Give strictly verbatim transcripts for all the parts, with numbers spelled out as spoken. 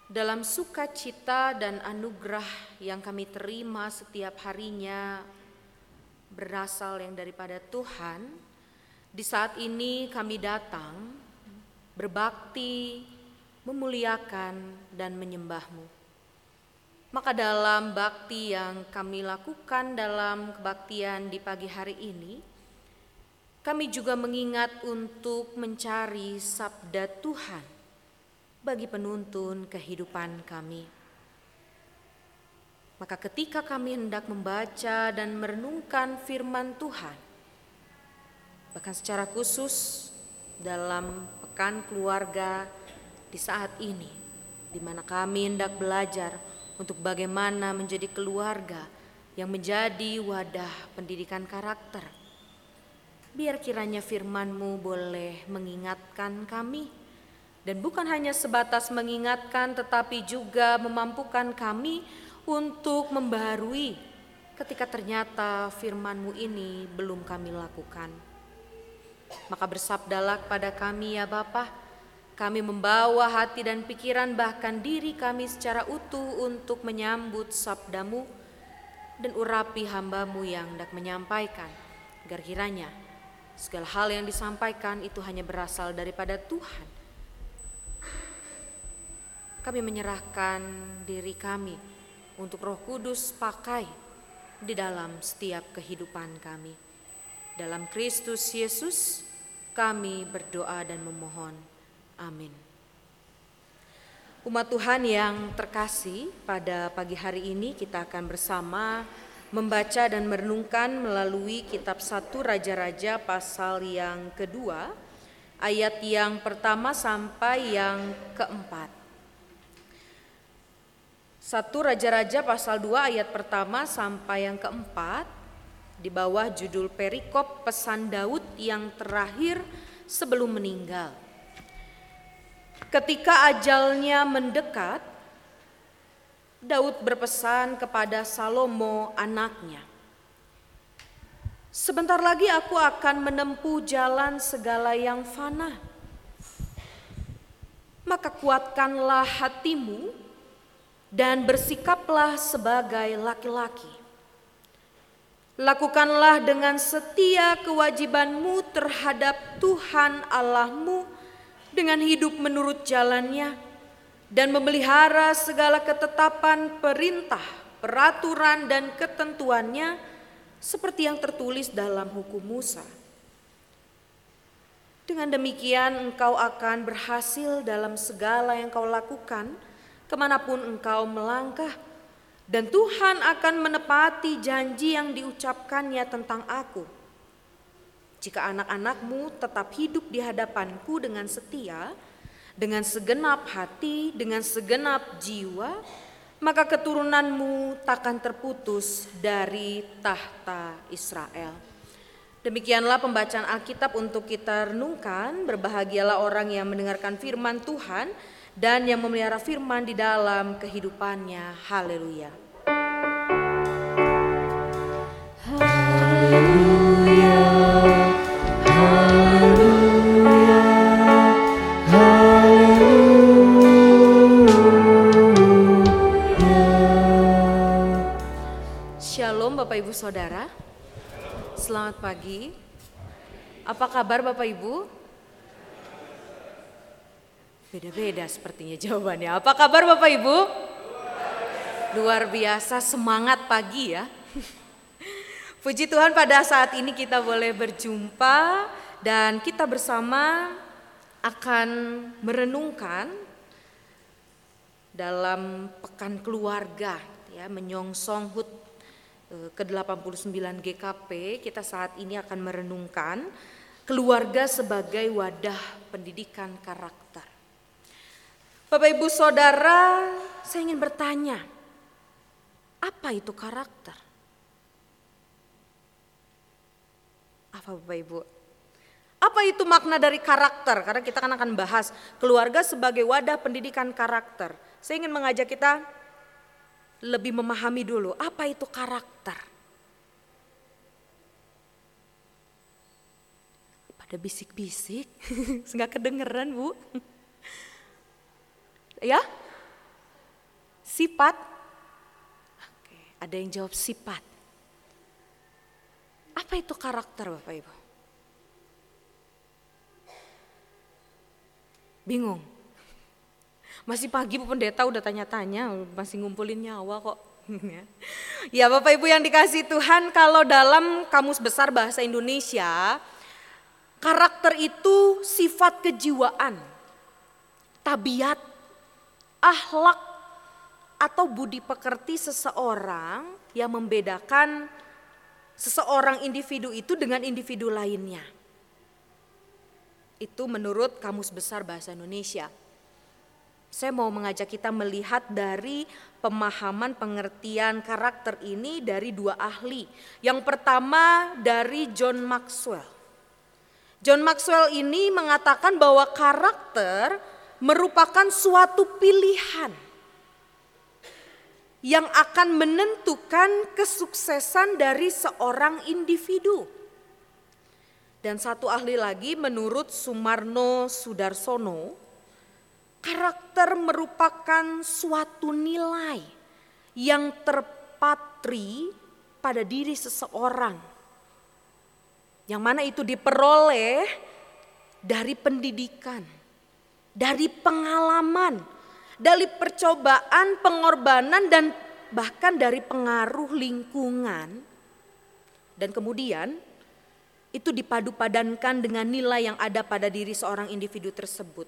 Dalam sukacita dan anugerah yang kami terima setiap harinya berasal yang daripada Tuhan, di saat ini kami datang berbakti, memuliakan dan menyembah-Mu. Maka dalam bakti yang kami lakukan dalam kebaktian di pagi hari ini, kami juga mengingat untuk mencari sabda Tuhan bagi penuntun kehidupan kami. Maka ketika kami hendak membaca dan merenungkan firman Tuhan, bahkan secara khusus dalam pekan keluarga di saat ini, di mana kami hendak belajar untuk bagaimana menjadi keluarga yang menjadi wadah pendidikan karakter, biar kiranya firman-Mu boleh mengingatkan kami, dan bukan hanya sebatas mengingatkan, tetapi juga memampukan kami untuk membaharui ketika ternyata firman-Mu ini belum kami lakukan. Maka bersabdalah kepada kami ya Bapa, kami membawa hati dan pikiran bahkan diri kami secara utuh untuk menyambut sabda-Mu dan urapi hamba-Mu yang hendak menyampaikan, agar kiranya segala hal yang disampaikan itu hanya berasal daripada Tuhan. Kami menyerahkan diri kami untuk Roh Kudus pakai di dalam setiap kehidupan kami. Dalam Kristus Yesus kami berdoa dan memohon. Amin. Umat Tuhan yang terkasih, pada pagi hari ini kita akan bersama membaca dan merenungkan melalui kitab satu Raja-Raja pasal yang kedua, ayat yang pertama sampai yang keempat. satu Raja-Raja pasal dua ayat pertama sampai yang keempat, di bawah judul perikop pesan Daud yang terakhir sebelum meninggal. Ketika ajalnya mendekat, Daud berpesan kepada Salomo anaknya, "Sebentar lagi aku akan menempuh jalan segala yang fana. Maka kuatkanlah hatimu dan bersikaplah sebagai laki-laki. Lakukanlah dengan setia kewajibanmu terhadap Tuhan Allahmu dengan hidup menurut jalannya dan memelihara segala ketetapan, perintah, peraturan dan ketentuannya seperti yang tertulis dalam hukum Musa. Dengan demikian engkau akan berhasil dalam segala yang kau lakukan kemanapun engkau melangkah, dan Tuhan akan menepati janji yang diucapkannya tentang aku. Jika anak-anakmu tetap hidup di hadapanku dengan setia, dengan segenap hati, dengan segenap jiwa, maka keturunanmu takkan terputus dari tahta Israel." Demikianlah pembacaan Alkitab untuk kita renungkan. Berbahagialah orang yang mendengarkan firman Tuhan dan yang memelihara firman di dalam kehidupannya. Haleluya. Haleluya. Haleluya. Haleluya. Shalom Bapak Ibu Saudara. Selamat pagi. Apa kabar Bapak Ibu? Beda-beda sepertinya jawabannya. Apa kabar Bapak Ibu? Luar biasa, semangat pagi ya. Puji Tuhan, pada saat ini kita boleh berjumpa dan kita bersama akan merenungkan dalam pekan keluarga ya, menyongsong H U T ke delapan puluh sembilan G K P. Kita saat ini akan merenungkan keluarga sebagai wadah pendidikan karakter. Bapak Ibu Saudara, saya ingin bertanya, apa itu karakter? Apa Bapak Ibu? Apa itu makna dari karakter? Karena kita kan akan bahas keluarga sebagai wadah pendidikan karakter. Saya ingin mengajak kita lebih memahami dulu, apa itu karakter? Pada bisik-bisik, nggak kedengeran Bu? Ya, Sifat? Oke, ada yang jawab sifat. Apa itu karakter Bapak Ibu? Bingung? Masih pagi Bu Pendeta udah tanya-tanya, masih ngumpulin nyawa kok. Ya Bapak Ibu yang dikasih Tuhan, kalau dalam Kamus Besar Bahasa Indonesia, karakter itu sifat kejiwaan, tabiat, akhlak, atau budi pekerti seseorang yang membedakan seseorang individu itu dengan individu lainnya. Itu menurut Kamus Besar Bahasa Indonesia. Saya mau mengajak kita melihat dari pemahaman pengertian karakter ini dari dua ahli. Yang pertama dari John Maxwell. John Maxwell ini mengatakan bahwa karakter merupakan suatu pilihan yang akan menentukan kesuksesan dari seorang individu. Dan satu ahli lagi menurut Sumarno Sudarsono, karakter merupakan suatu nilai yang terpatri pada diri seseorang. Yang mana itu diperoleh dari pendidikan, dari pengalaman, dari percobaan, pengorbanan, dan bahkan dari pengaruh lingkungan. Dan kemudian itu dipadu-padankan dengan nilai yang ada pada diri seorang individu tersebut.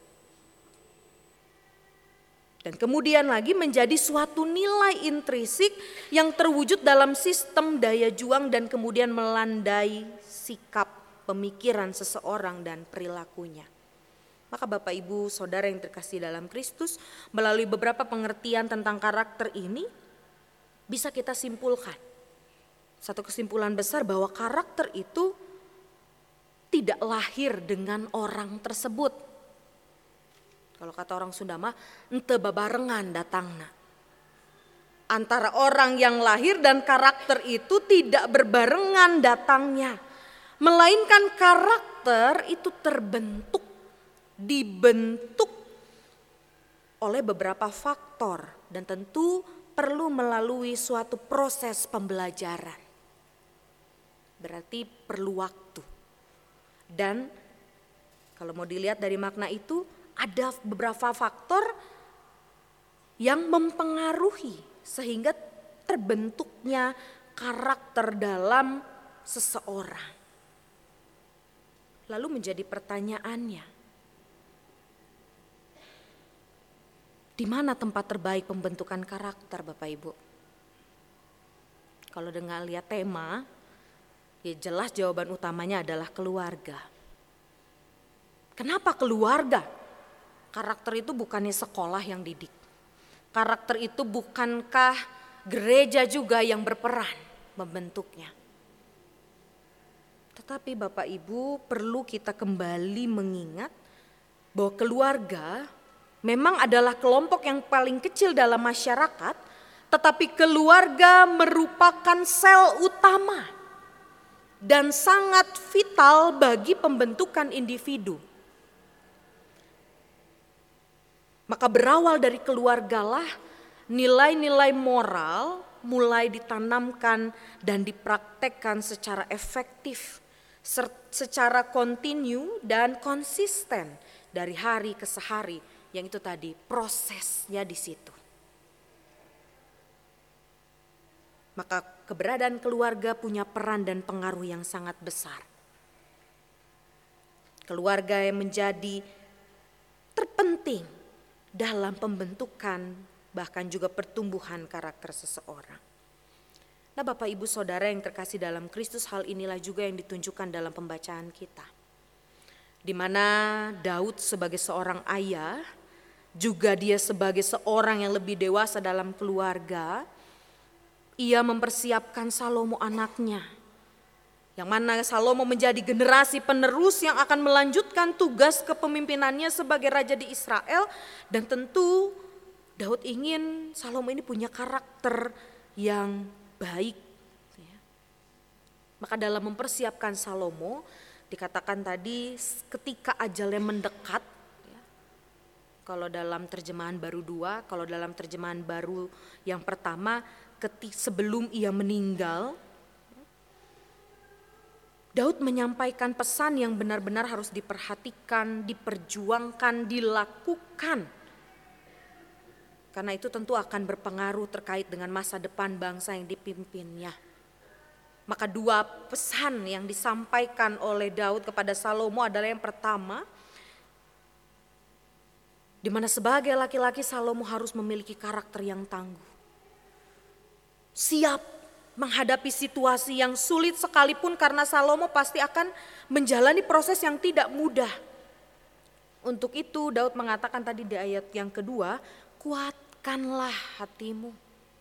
Dan kemudian lagi menjadi suatu nilai intrinsik yang terwujud dalam sistem daya juang dan kemudian melandai sikap, pemikiran seseorang dan perilakunya. Maka Bapak Ibu Saudara yang terkasih dalam Kristus, melalui beberapa pengertian tentang karakter ini bisa kita simpulkan. Satu kesimpulan besar bahwa karakter itu tidak lahir dengan orang tersebut. Kalau kata orang Sunda mah ente babarengan datangna. Antara orang yang lahir dan karakter itu tidak berbarengan datangnya. Melainkan karakter itu terbentuk, dibentuk oleh beberapa faktor. Dan tentu perlu melalui suatu proses pembelajaran. Berarti perlu waktu. Dan kalau mau dilihat dari makna itu, ada beberapa faktor yang mempengaruhi sehingga terbentuknya karakter dalam seseorang. Lalu menjadi pertanyaannya, di mana tempat terbaik pembentukan karakter Bapak Ibu? Kalau dengan lihat tema, ya jelas jawaban utamanya adalah keluarga. Kenapa keluarga? Karakter itu bukannya sekolah yang didik. Karakter itu bukankah gereja juga yang berperan membentuknya. Tetapi Bapak Ibu perlu kita kembali mengingat bahwa keluarga memang adalah kelompok yang paling kecil dalam masyarakat, tetapi keluarga merupakan sel utama dan sangat vital bagi pembentukan individu. Maka berawal dari keluargalah nilai-nilai moral mulai ditanamkan dan dipraktekkan secara efektif, secara kontinu dan konsisten dari hari ke hari, yang itu tadi prosesnya di situ. Maka keberadaan keluarga punya peran dan pengaruh yang sangat besar. Keluarga yang menjadi terpenting dalam pembentukan bahkan juga pertumbuhan karakter seseorang. Nah Bapak Ibu Saudara yang terkasih dalam Kristus, hal inilah juga yang ditunjukkan dalam pembacaan kita. Di mana Daud sebagai seorang ayah, juga dia sebagai seorang yang lebih dewasa dalam keluarga, ia mempersiapkan Salomo anaknya. Yang mana Salomo menjadi generasi penerus yang akan melanjutkan tugas kepemimpinannya sebagai raja di Israel. Dan tentu Daud ingin Salomo ini punya karakter yang baik. Maka dalam mempersiapkan Salomo, dikatakan tadi ketika ajalnya mendekat, Kalau dalam terjemahan baru dua, kalau dalam terjemahan baru yang pertama, ketika sebelum ia meninggal, Daud menyampaikan pesan yang benar-benar harus diperhatikan, diperjuangkan, dilakukan. Karena itu tentu akan berpengaruh terkait dengan masa depan bangsa yang dipimpinnya. Maka dua pesan yang disampaikan oleh Daud kepada Salomo adalah yang pertama, di mana sebagai laki-laki Salomo harus memiliki karakter yang tangguh. Siap menghadapi situasi yang sulit sekalipun karena Salomo pasti akan menjalani proses yang tidak mudah. Untuk itu Daud mengatakan tadi di ayat yang kedua, kuatkanlah hatimu.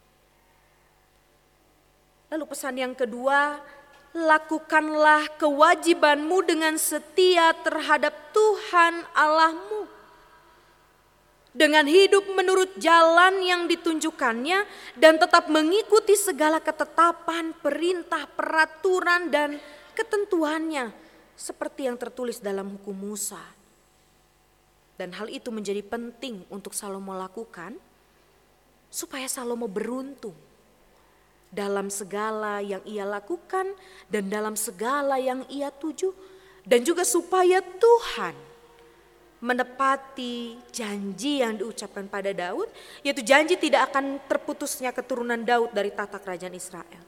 Lalu pesan yang kedua, lakukanlah kewajibanmu dengan setia terhadap Tuhan Allahmu. Dengan hidup menurut jalan yang ditunjukkannya dan tetap mengikuti segala ketetapan, perintah, peraturan dan ketentuannya seperti yang tertulis dalam hukum Musa. Dan hal itu menjadi penting untuk Salomo lakukan supaya Salomo beruntung dalam segala yang ia lakukan dan dalam segala yang ia tuju, dan juga supaya Tuhan menepati janji yang diucapkan pada Daud, yaitu janji tidak akan terputusnya keturunan Daud dari tahta kerajaan Israel.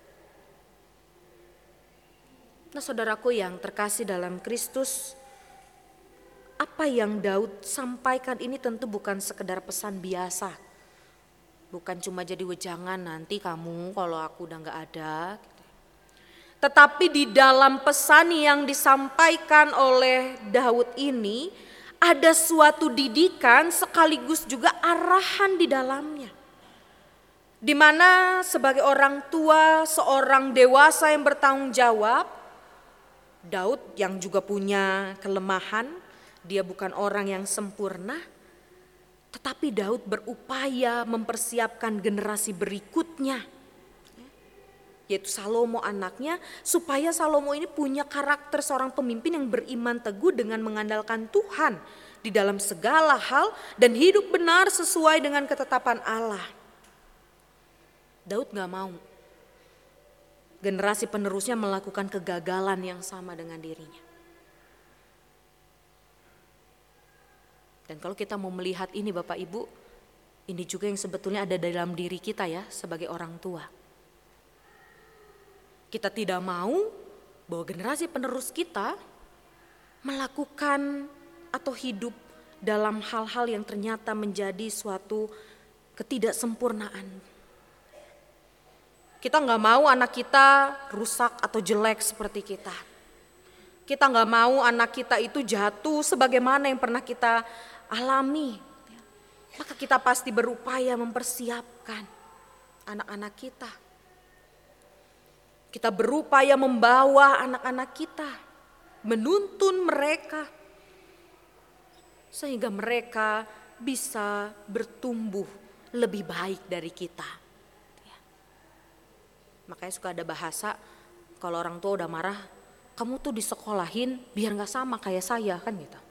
Nah, saudaraku yang terkasih dalam Kristus, apa yang Daud sampaikan ini tentu bukan sekedar pesan biasa. Bukan cuma jadi wejangan nanti kamu kalau aku udah gak ada. Tetapi di dalam pesan yang disampaikan oleh Daud ini, ada suatu didikan sekaligus juga arahan di dalamnya. Di mana sebagai orang tua, seorang dewasa yang bertanggung jawab, Daud yang juga punya kelemahan, dia bukan orang yang sempurna, tetapi Daud berupaya mempersiapkan generasi berikutnya, yaitu Salomo anaknya, supaya Salomo ini punya karakter seorang pemimpin yang beriman teguh dengan mengandalkan Tuhan di dalam segala hal dan hidup benar sesuai dengan ketetapan Allah. Daud gak mau generasi penerusnya melakukan kegagalan yang sama dengan dirinya. Dan kalau kita mau melihat ini Bapak Ibu, ini juga yang sebetulnya ada dalam diri kita ya sebagai orang tua. Kita tidak mau bahwa generasi penerus kita melakukan atau hidup dalam hal-hal yang ternyata menjadi suatu ketidaksempurnaan. Kita nggak mau anak kita rusak atau jelek seperti kita. Kita nggak mau anak kita itu jatuh sebagaimana yang pernah kita alami. Maka kita pasti berupaya mempersiapkan anak-anak kita. Kita berupaya membawa anak-anak kita, menuntun mereka sehingga mereka bisa bertumbuh lebih baik dari kita. Makanya suka ada bahasa kalau orang tua udah marah, kamu tuh disekolahin biar gak sama kayak saya kan gitu.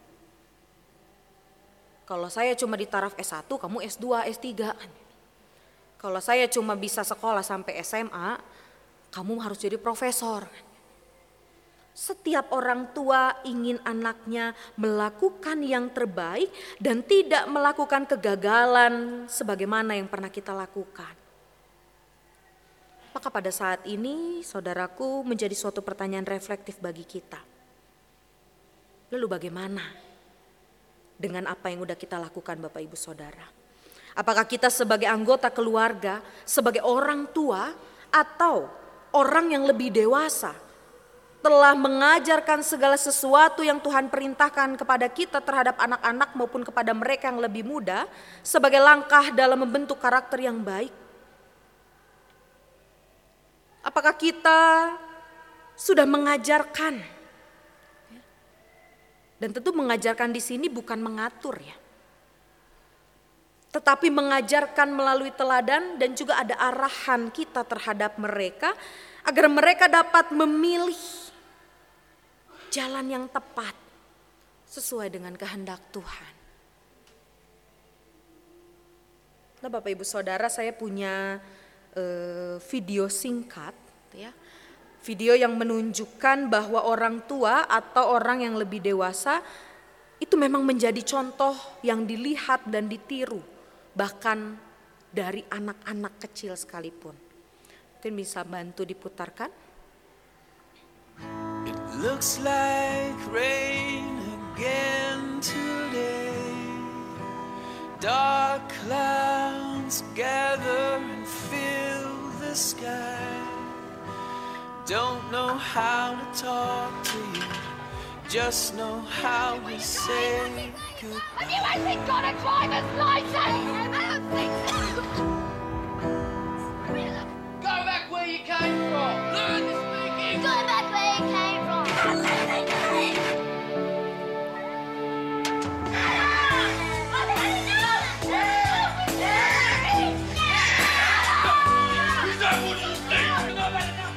Kalau saya cuma di taraf S satu, kamu S dua, S tiga kan. Kalau saya cuma bisa sekolah sampai S M A, kamu harus jadi profesor. Setiap orang tua ingin anaknya melakukan yang terbaik dan tidak melakukan kegagalan sebagaimana yang pernah kita lakukan. Maka pada saat ini saudaraku menjadi suatu pertanyaan reflektif bagi kita. Lalu bagaimana dengan apa yang sudah kita lakukan Bapak Ibu Saudara? Apakah kita sebagai anggota keluarga, sebagai orang tua atau orang yang lebih dewasa telah mengajarkan segala sesuatu yang Tuhan perintahkan kepada kita terhadap anak-anak maupun kepada mereka yang lebih muda sebagai langkah dalam membentuk karakter yang baik? Apakah kita sudah mengajarkan? Dan tentu mengajarkan di sini bukan mengatur ya. Tetapi mengajarkan melalui teladan dan juga ada arahan kita terhadap mereka agar mereka dapat memilih jalan yang tepat sesuai dengan kehendak Tuhan. Nah, Bapak Ibu Saudara, saya punya eh, video singkat, ya, video yang menunjukkan bahwa orang tua atau orang yang lebih dewasa itu memang menjadi contoh yang dilihat dan ditiru, bahkan dari anak-anak kecil sekalipun. Mungkin bisa bantu diputarkan. It looks like rain again today. Dark clouds gather and fill the sky. Don't know how to talk to you, just know how to say goodbye. Have you actually got a driver's license? I don't think so. Go back where you came from. Learn to speak English. Go back where you came from. Is that what you think? No, no, no.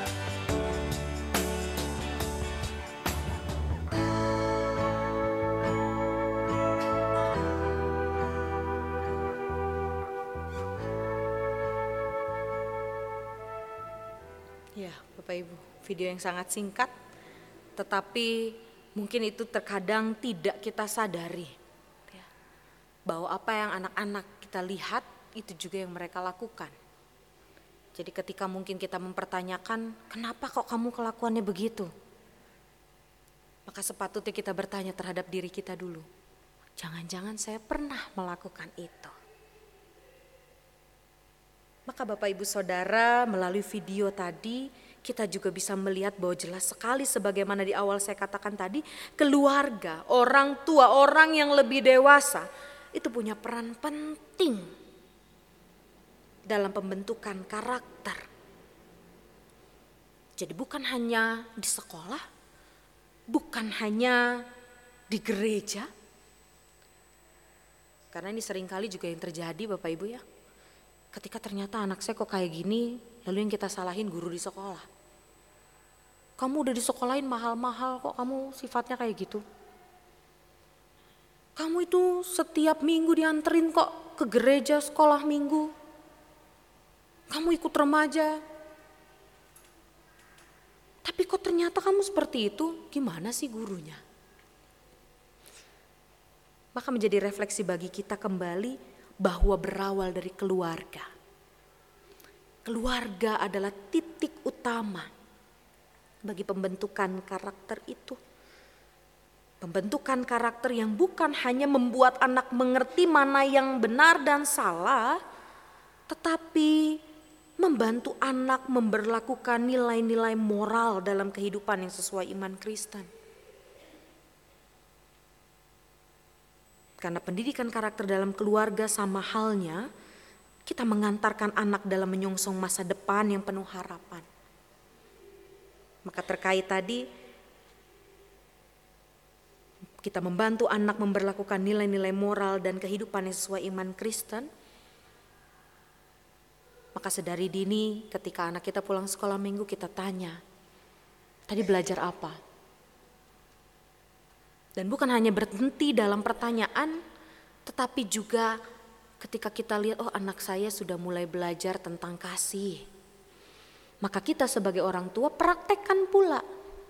Ya, Bapak Ibu, video yang sangat singkat, tetapi mungkin itu terkadang tidak kita sadari, ya, bahwa apa yang anak-anak kita lihat itu juga yang mereka lakukan. Jadi ketika mungkin kita mempertanyakan, kenapa kok kamu kelakuannya begitu? Maka sepatutnya kita bertanya terhadap diri kita dulu. Jangan-jangan saya pernah melakukan itu. Maka Bapak Ibu Saudara, melalui video tadi kita juga bisa melihat bahwa jelas sekali sebagaimana di awal saya katakan tadi, keluarga, orang tua, orang yang lebih dewasa itu punya peran penting dalam pembentukan karakter. Jadi bukan hanya di sekolah, bukan hanya di gereja, karena ini seringkali juga yang terjadi Bapak Ibu ya. Ketika ternyata anak saya kok kayak gini, lalu yang kita salahin guru di sekolah. Kamu udah disekolahin mahal-mahal kok kamu sifatnya kayak gitu. Kamu itu setiap minggu dianterin kok ke gereja sekolah minggu. Kamu ikut remaja. Tapi kok ternyata kamu seperti itu, gimana sih gurunya? Maka menjadi refleksi bagi kita kembali bahwa berawal dari keluarga. Keluarga adalah titik utama bagi pembentukan karakter itu. Pembentukan karakter yang bukan hanya membuat anak mengerti mana yang benar dan salah, tetapi membantu anak memberlakukan nilai-nilai moral dalam kehidupan yang sesuai iman Kristen. Karena pendidikan karakter dalam keluarga sama halnya kita mengantarkan anak dalam menyongsong masa depan yang penuh harapan. Maka terkait tadi kita membantu anak memberlakukan nilai-nilai moral dan kehidupan yang sesuai iman Kristen. Maka sedari dini ketika anak kita pulang sekolah minggu kita tanya, tadi belajar apa? Dan bukan hanya berhenti dalam pertanyaan, tetapi juga ketika kita lihat, oh anak saya sudah mulai belajar tentang kasih. Maka kita sebagai orang tua praktekkan pula.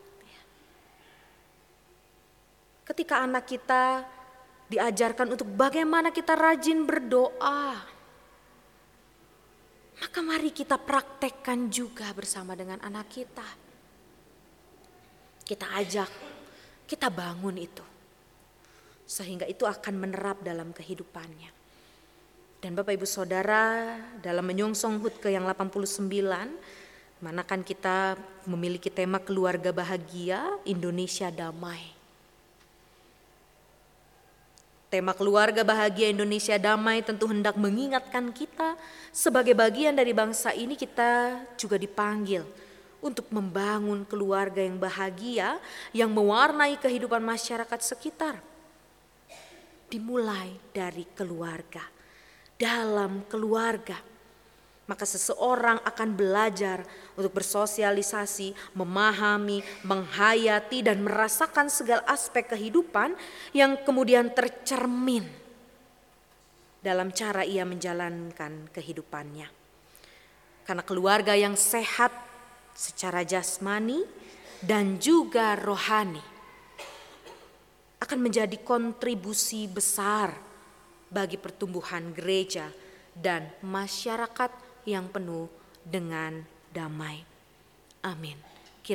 Ketika anak kita diajarkan untuk bagaimana kita rajin berdoa, maka mari kita praktekkan juga bersama dengan anak kita. Kita ajak, kita bangun itu. Sehingga itu akan menerap dalam kehidupannya. Dan Bapak Ibu Saudara, dalam menyongsong H U T ke yang delapan puluh sembilan, mana kan kita memiliki tema keluarga bahagia, Indonesia damai. Tema keluarga bahagia Indonesia damai tentu hendak mengingatkan kita sebagai bagian dari bangsa ini kita juga dipanggil untuk membangun keluarga yang bahagia yang mewarnai kehidupan masyarakat sekitar. Dimulai dari keluarga. Dalam keluarga, maka seseorang akan belajar untuk bersosialisasi, memahami, menghayati dan merasakan segala aspek kehidupan yang kemudian tercermin dalam cara ia menjalankan kehidupannya. Karena keluarga yang sehat secara jasmani dan juga rohani akan menjadi kontribusi besar bagi pertumbuhan gereja dan masyarakat yang penuh dengan damai. Amin.